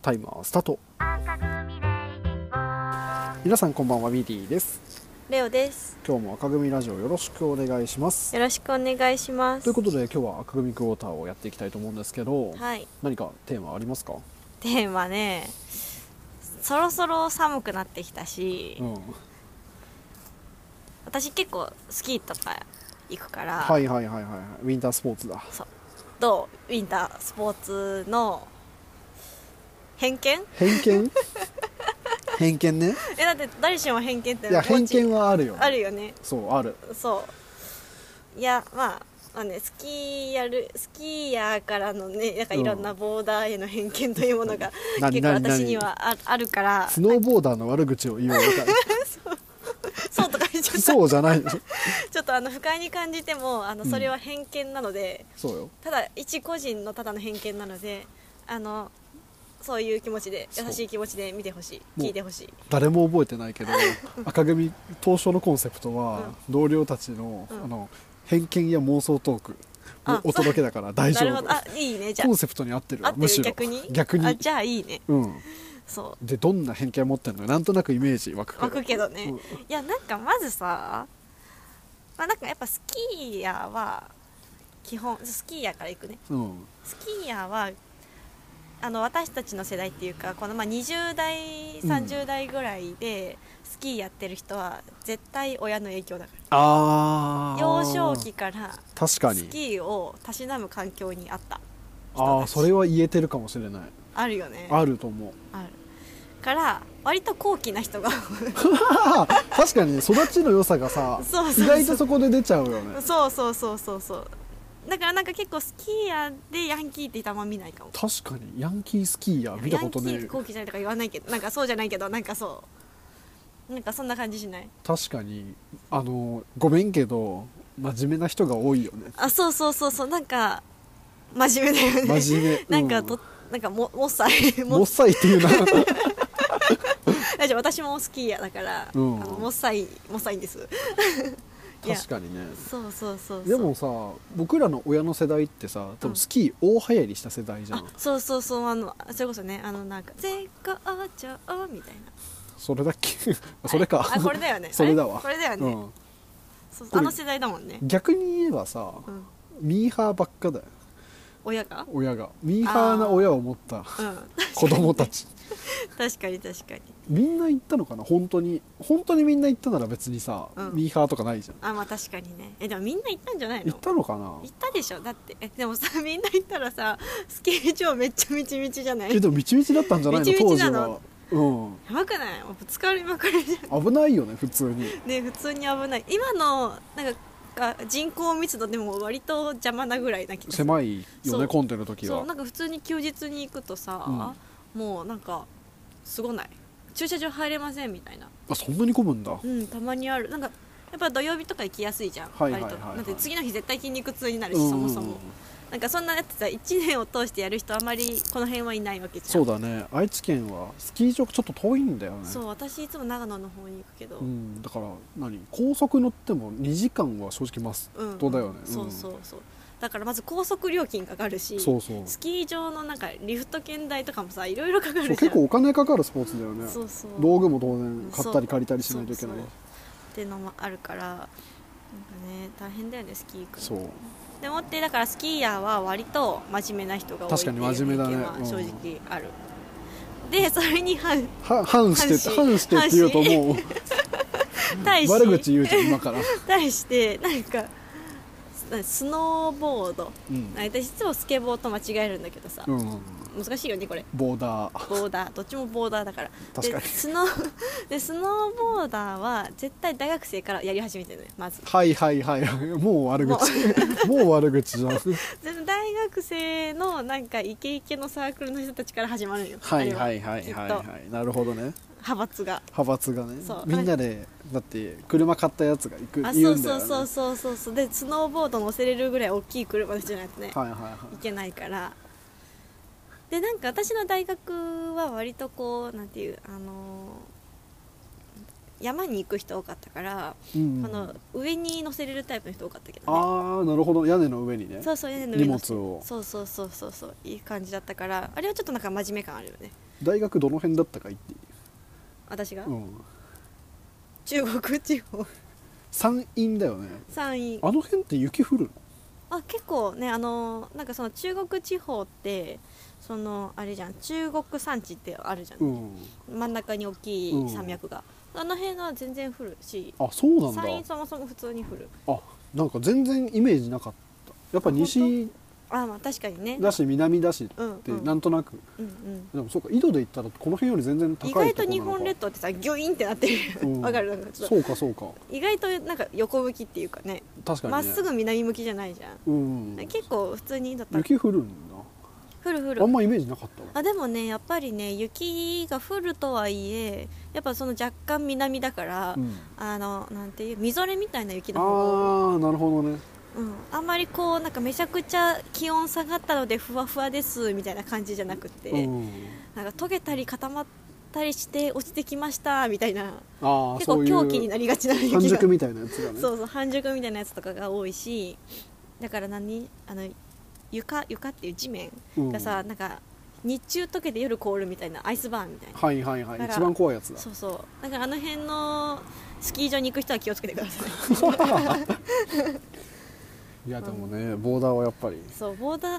タイマースタート。皆さんこんばんは、ビリーです。 レオです。 今日も赤組ラジオよろしくお願いします。 よろしくお願いします。 ということで今日は赤組クォーターをやっていきたいと思うんですけど、 はい、 何かテーマありますか？ テーマね、そろそろ寒くなってきたし、私結構スキーとか行くから、 はいはいはいはい、ウィンタースポーツだ。 そう、どうウィンタースポーツの偏見偏見ね。だって誰しも偏見っていや偏見はあるよ、 あるよね。 そうある。 そういやまあね、スキーヤーからのね、なんかいろんなボーダーへの偏見というものが、結構私にはあるから、 スノーボーダーの悪口を言おうみたいなそうとか言っちゃった。 そうじゃないちょっと不快に感じてもそれは偏見なので、 そうよ。 ただ一個人のただの偏見なので、そういう気持ちで、優しい気持ちで見てほしい、聞いてほしい。 誰も覚えてないけど赤組当初のコンセプトは、同僚たちの、偏見や妄想トークのお届けだから大丈夫。 なるほど。いいね。じゃあコンセプトに合ってるわ。むしろ逆にじゃあいいね。 そうで、どんな偏見を持ってるのなんとなくイメージ湧くけどね、いやなんかまずさ、なんかやっぱスキーヤーは基本、スキーヤーからいくね、スキーヤーは私たちの世代っていうか、この20代30代ぐらいでスキーやってる人は絶対親の影響だから。幼少期から確かにスキーをたしなむ環境にあった人たち。それは言えてるかもしれない。 あるよね。 あると思う。 あるから割と高貴な人が確かに育ちの良さがさ意外とそこで出ちゃうよね。 そうだからなんか結構スキーヤーでヤンキーってあんま見ないかも。 確かにヤンキースキーヤー見たことねえ。 ヤンキー高貴じゃないとか言わないけど、なんかそうじゃないけど、なんかそうなんかそんな感じしない？ 確かにごめんけど真面目な人が多いよね。 そうなんか真面目だよね。 真面目、 なんかもっさいっていうな私もスキーヤーだから、もっさいんです確かにね。 そうでもさ、僕らの親の世代ってさ、多分スキー大流行りした世代じゃん。 そうそれこそね、なんか絶好調みたいな。 それだっけそれか。 これだよね。 それだわ。 これだよね。世代だもんね。 逆に言えばさ、ミーハーばっかだよ。親がミーハーな親を持った子供たち。 確かにみんな行ったのかな。本当にみんな行ったなら別にさ、ミーハーとかないじゃん。 確かにね。でもみんな行ったんじゃないの？ 行ったのかな。 行ったでしょ。だってでもさ、みんな行ったらさ、スキー場めっちゃみちみちじゃない？ でもみちみちだったんじゃないの当時は。 やばくない？ぶつかりまくりじゃん。 危ないよね普通にね。普通に危ない。今のなんか人口密度でも割と邪魔なぐらいな気がする。 狭いよね、混んでる時は。 そうなんか普通に休日に行くとさ、もうなんかすごない？駐車場入れませんみたいな。 そんなに混むんだ。 たまにある。なんかやっぱ土曜日とか行きやすいじゃん。割とだって次の日絶対筋肉痛になるし、そもそもなんかそんなやつさ、1年を通してやる人あまりこの辺はいないわけじゃん。 そうだね。愛知県はスキー場ちょっと遠いんだよね。 そう、私いつも長野の方に行くけど、 だから高速乗っても2時間は正直マストだよね。 そうだからまず高速料金かかるし、スキー場のなんかリフト券代とかもさ、いろいろかかるじゃん。 結構お金かかるスポーツだよね。道具も当然買ったり借りたりしないといけないっていうのもあるから、なんかね、大変だよねスキー行くの。 そうでもってだからスキーヤーは割と真面目な人が多いっていう意見は正直ある。でそれに反してっていうともう悪口言うじゃん今から。 対してなんかスノーボード、私いつもスケボーと間違えるんだけどさ、難しいよねこれ。 ボーダーどっちもボーダーだから。 確かに。 スノーボーダーは絶対大学生からやり始めてるのよまず。 もう悪口もう悪口じゃん。 大学生のなんかイケイケのサークルの人たちから始まるよ。 なるほどね。 派閥がね。 みんなでだって車買ったやつが言うんだよね。 そうでスノーボード乗せれるぐらい大きい車じゃないとね、いけないから。でなんか私の大学は割とこうなんていう山に行く人多かったから、この上に乗せれるタイプの人多かったけどね。 なるほど。屋根の上にね。 そう屋根の上に荷物を。 そういい感じだったから、あれはちょっとなんか真面目感あるよね。 大学どの辺だったか言っていい？ 私が、 うん、 中国地方。 山陰だよね。 山陰。 あの辺って雪降るの？ あ、結構ね、なんかその中国地方ってそのあれじゃん、中国山地ってあるじゃん、真ん中に大きい山脈が、あの辺は全然降るし。 あ、そうなんだ。 山陰そもそも普通に降る。 あ、なんか全然イメージなかった。やっぱ西まあ確かにねだし南だしってなんとなく、でもそうか、緯度で言ったらこの辺より全然高いところなのか。 意外と日本列島ってさギョインってなってるわかる？なんかそうかそうか、 意外となんか横向きっていうかね、 確かにね、 まっすぐ南向きじゃないじゃん、結構普通にだったら雪降るんだ。 降る。 あんまイメージなかったわ。 あ、でもね、やっぱりね、雪が降るとはいえやっぱその若干南だから、なんていう、みぞれみたいな雪の方が。 ああ、なるほどね。 あんまりこうなんかめちゃくちゃ気温下がったのでふわふわですみたいな感じじゃなくて、なんか溶けたり固まったりして落ちてきましたみたいな、結構狂気になりがちな雪が、 半熟みたいなやつがね。 そう半熟みたいなやつとかが多いし、だから床っていう地面がさ、なんか日中溶けて夜凍るみたいなアイスバーンみたいな。 はいはいはい、一番怖いやつだ。 そうそう、だからあの辺のスキー場に行く人は気をつけてください。 いやでもね、ボーダーはやっぱりそうボーダー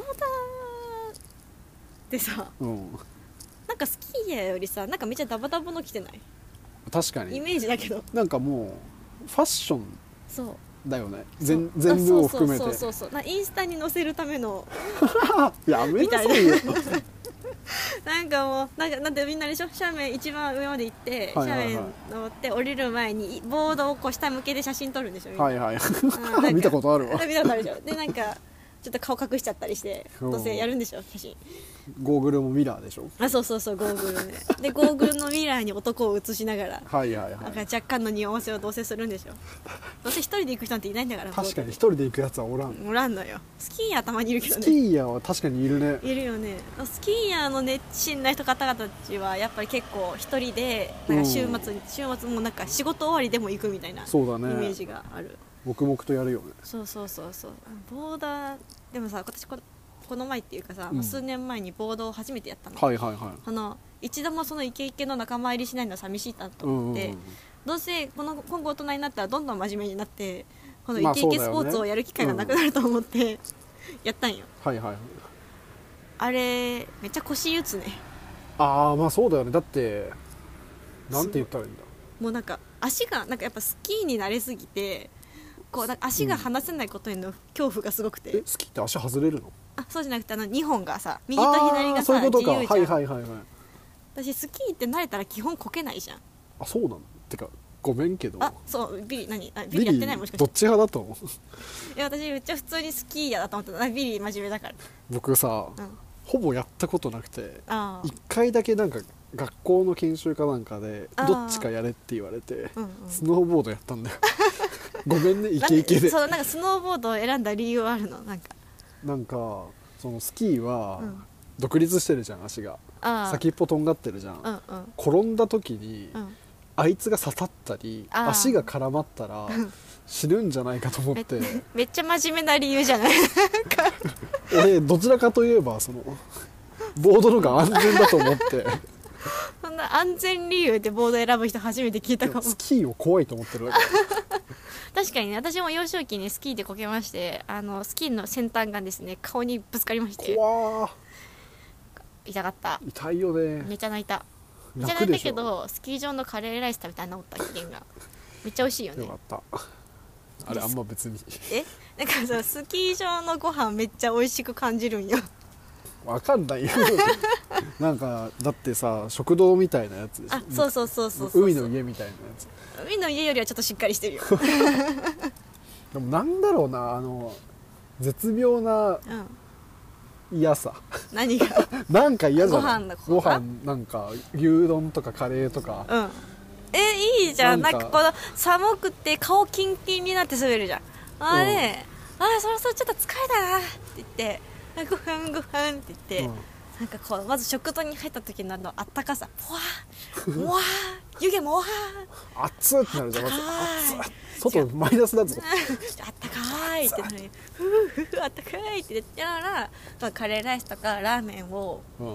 ってさ、なんかスキーヤーよりさ、なんかめっちゃダバダバの着てない？ 確かにイメージだけど、 なんかもうファッションそうだよね、全部を含めて。 そうインスタに載せるためのやめなさいよ。 なんかもうなんてみんなでしょ、斜面一番上まで行って、斜面登って降りる前にボードをこう下向けで写真撮るんでしょ。 はいはい見たことあるわ。 見たことあるでしょ。でなんかちょっと顔隠しちゃったりしてどうせやるんでしょ、写真。 ゴーグルもミラーでしょ。 あ、そうゴーグルね。でゴーグルのミラーに男を映しながら、なんか若干の匂わせをどうせするんでしょ。どうせ一人で行く人なんていないんだから。 確かに一人で行くやつはおらんのよ。スキーヤーたまにいるけどね。 スキーヤーは確かにいるね。 いるよね。スキーヤーの熱心な方々たちはやっぱり結構一人でなんか週末もなんか仕事終わりでも行くみたいなイメージがある。 黙々とやるよね。 そうボーダーでもさ、私この前っていうかさ、数年前にボードを初めてやったの。一度もそのイケイケの仲間入りしないのは寂しいなと思って、どうせ今後大人になったらどんどん真面目になってこのイケイケスポーツをやる機会がなくなると思ってやったんよ。あれめっちゃ腰打つね。 ああ、まあそうだよね。だってなんて言ったらいいんだ、 もうなんか足がなんかやっぱスキーに慣れすぎてこう足が離せないことへの恐怖がすごくて。 スキーって足外れるの？ あ、そうじゃなくて2本がさ、右と左がさ自由じゃん。私スキーって慣れたら基本こけないじゃん。 あ、そうなの？てかごめんけど。 あ、そうビリビリやってない？もしかしてどっち派だと思う？ いや私めっちゃ普通にスキーヤーだと思ってた。ビリ真面目だから。 僕さ、ほぼやったことなくて、1回だけなんか学校の研修かなんかでどっちかやれって言われてスノーボードやったんだよ。ごめんね、イケイケで。 そうなんかスノーボードを選んだ理由はあるの？ なんかそのスキーは独立してるじゃん、足が先っぽとんがってるじゃん、転んだ時に、あいつが刺さったり足が絡まったら死ぬんじゃないかと思ってめっちゃ真面目な理由じゃない？ 俺どちらかといえばそのボードの方が安全だと思ってそんな安全理由でボード選ぶ人初めて聞いたかも。 スキーを怖いと思ってるわけ。 確かにね、私も幼少期にスキーでこけまして、スキーの先端がですね顔にぶつかりまして、 怖ー、 痛かった。 痛いよね。 めっちゃ泣いた。めっちゃ泣いたけどスキー場のカレーライス食べたら治った期限がめっちゃ美味しいよね。 よかった。あれあんま別になんかさ、スキー場のご飯めっちゃ美味しく感じるんよ。 わかんないよ。なんかだってさ、食堂みたいなやつでしょ。 あ、そう海の家みたいなやつ。 海の家よりはちょっとしっかりしてるよ。 でもなんだろうな、絶妙な嫌さ。 何が？ なんか嫌じゃない？ご飯なんか牛丼とかカレーとか。 いいじゃん。なんかこの寒くて顔キンキンになって滑るじゃん。あれ、そろそろちょっと疲れたなって言って、ご飯って言って、なんかこうまず食堂に入った時のあったかさ、もわー湯気もわー熱ってなるじゃん。まず外マイナスだぞ。 あったかいってなる。あったかいって言ってながらカレーライスとかラーメンを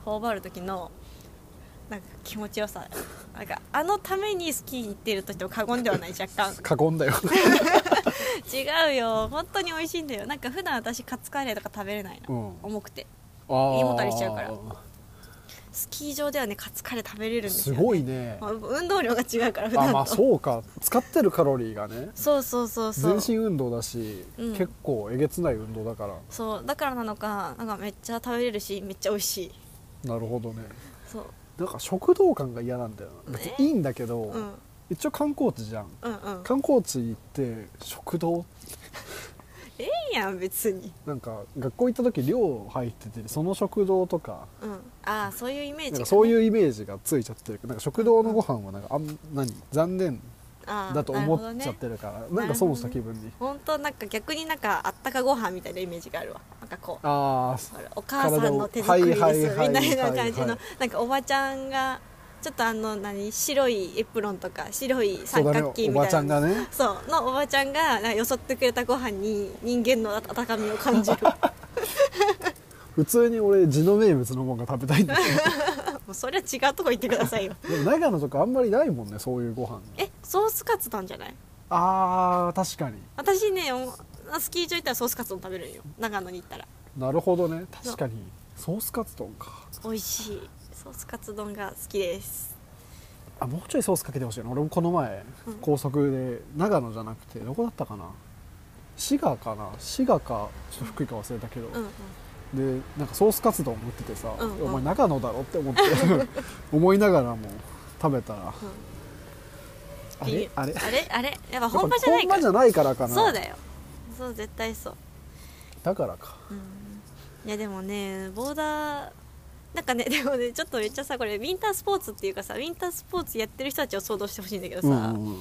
頬張る時のなんか気持ちよさ、なんかあのためにスキーに行ってるとしても過言ではない。若干過言だよ違うよ、本当に美味しいんだよ。なんか普段私カツカレーとか食べれないの、重くて胃もたりしちゃうから。スキー場ではねカツカレー食べれるんですよ、ね、 すごいね、 運動量が違うから普段と。 まあそうか、使ってるカロリーがね、 そう全身運動だし、結構えげつない運動だから。 そうだからなのか、なんかめっちゃ食べれるしめっちゃ美味しい。 なるほどね。 そうなんか食堂感が嫌なんだよな。別にいいんだけど、一応観光地じゃん、観光地行って食堂ええやん別に。 なんか学校行った時寮入ってて、その食堂とか、 ああそういうイメージ、ね、 なんかそういうイメージがついちゃってる。なんか食堂のご飯はなんか残念だと思っちゃってるから、なんか損した気分に。 本当なんか逆になんかあったかご飯みたいなイメージがあるわ。なんかこうお母さんの手作りですみたいな感じの、なんかおばちゃんがちょっと白いエプロンとか白い三角巾みたいな、 おばちゃんがね、 そうのおばちゃんがなんかよそってくれたご飯に人間の温かみを感じる普通に俺地の名物のものが食べたいんだけどもうそれは違うとこ行ってくださいよでも長野とかあんまりないもんね、そういうご飯。 ソースカツなんじゃない？ 確かに。 私ねスキー場行ったらソースカツ丼食べるんよ、長野に行ったら。 なるほどね、確かにソースカツ丼か。 美味しい。ソースカツ丼が好きです。 もうちょいソースかけてほしいな。俺もこの前、高速で長野じゃなくてどこだったかな、滋賀かちょっと福井か忘れたけど、でなんかソースカツ丼売っててさ、お前長野だろって思って思いながらも食べたら、あれやっぱ本場じゃないから。 本場じゃないからかな。 そうだよ、そう絶対そうだからか。 いやでもねボーダーなんかね、でもねちょっとめっちゃさ、これウィンタースポーツっていうかさ、ウィンタースポーツやってる人たちを想像してほしいんだけどさ、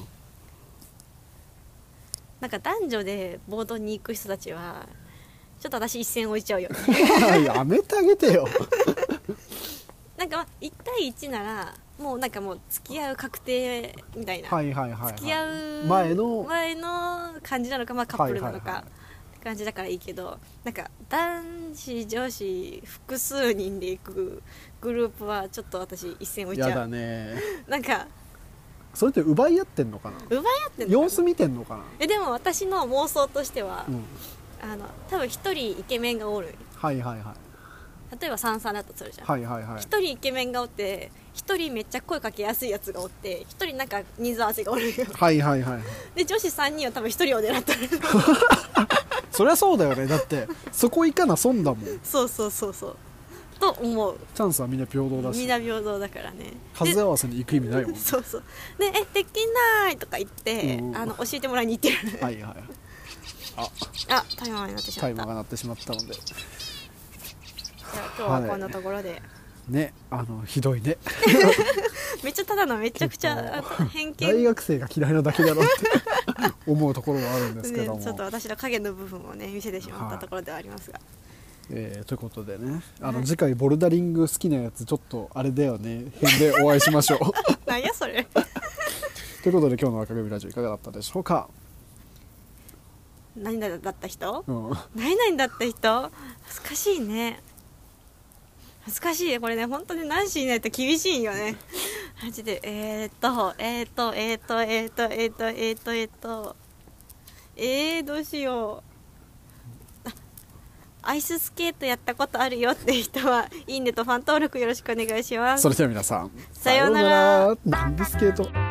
なんか男女でボードに行く人たちはちょっと私一線置いちゃうよやめてあげてよなんか1対1ならもうなんかもう付き合う確定みたいな、付き合う前の感じなのか、カップルなのかって感じだからいいけど、なんか男子女子複数人で行くグループはちょっと私一線置いちゃう。 やだねなんかそれって奪い合ってんのかな、様子見てんのかな。 でも私の妄想としては、多分一人イケメンがおる。例えば33だとするじゃん。一人イケメンがおって一人めっちゃ声かけやすいやつがおって一人なんか水合わせがおるよ。で女子3人は多分一人を狙ってるそりゃそうだよね、だってそこ行かな損だもん。 そうと思う。 チャンスはみんな平等だし、 みんな平等だからね。 数合わせに行く意味ないもんねそうでできないとか言って、教えてもらいに行ってるタイマーになってしまった。 タイマーが鳴ってしまったので、 じゃあ今日はこんなところで、 ね、ひどいねめっちゃただのめちゃくちゃ偏見、 大学生が嫌いなだけだろって思うところはあるんですけども、 ちょっと私の影の部分をね見せてしまったところではありますが、 ということでね、次回ボルダリング好きなやつちょっとあれだよね編でお会いしましょうなんやそれということで今日の赤組ラジオいかがだったでしょうか。 何々だった人、何々だった人恥ずかしいね、恥ずかしいこれね、本当にナンシーいないと厳しいよねマジで。どうしよう。アイススケートやったことあるよって人はいいねとファン登録よろしくお願いします。 それでは皆さんさようなら。 なんでスケート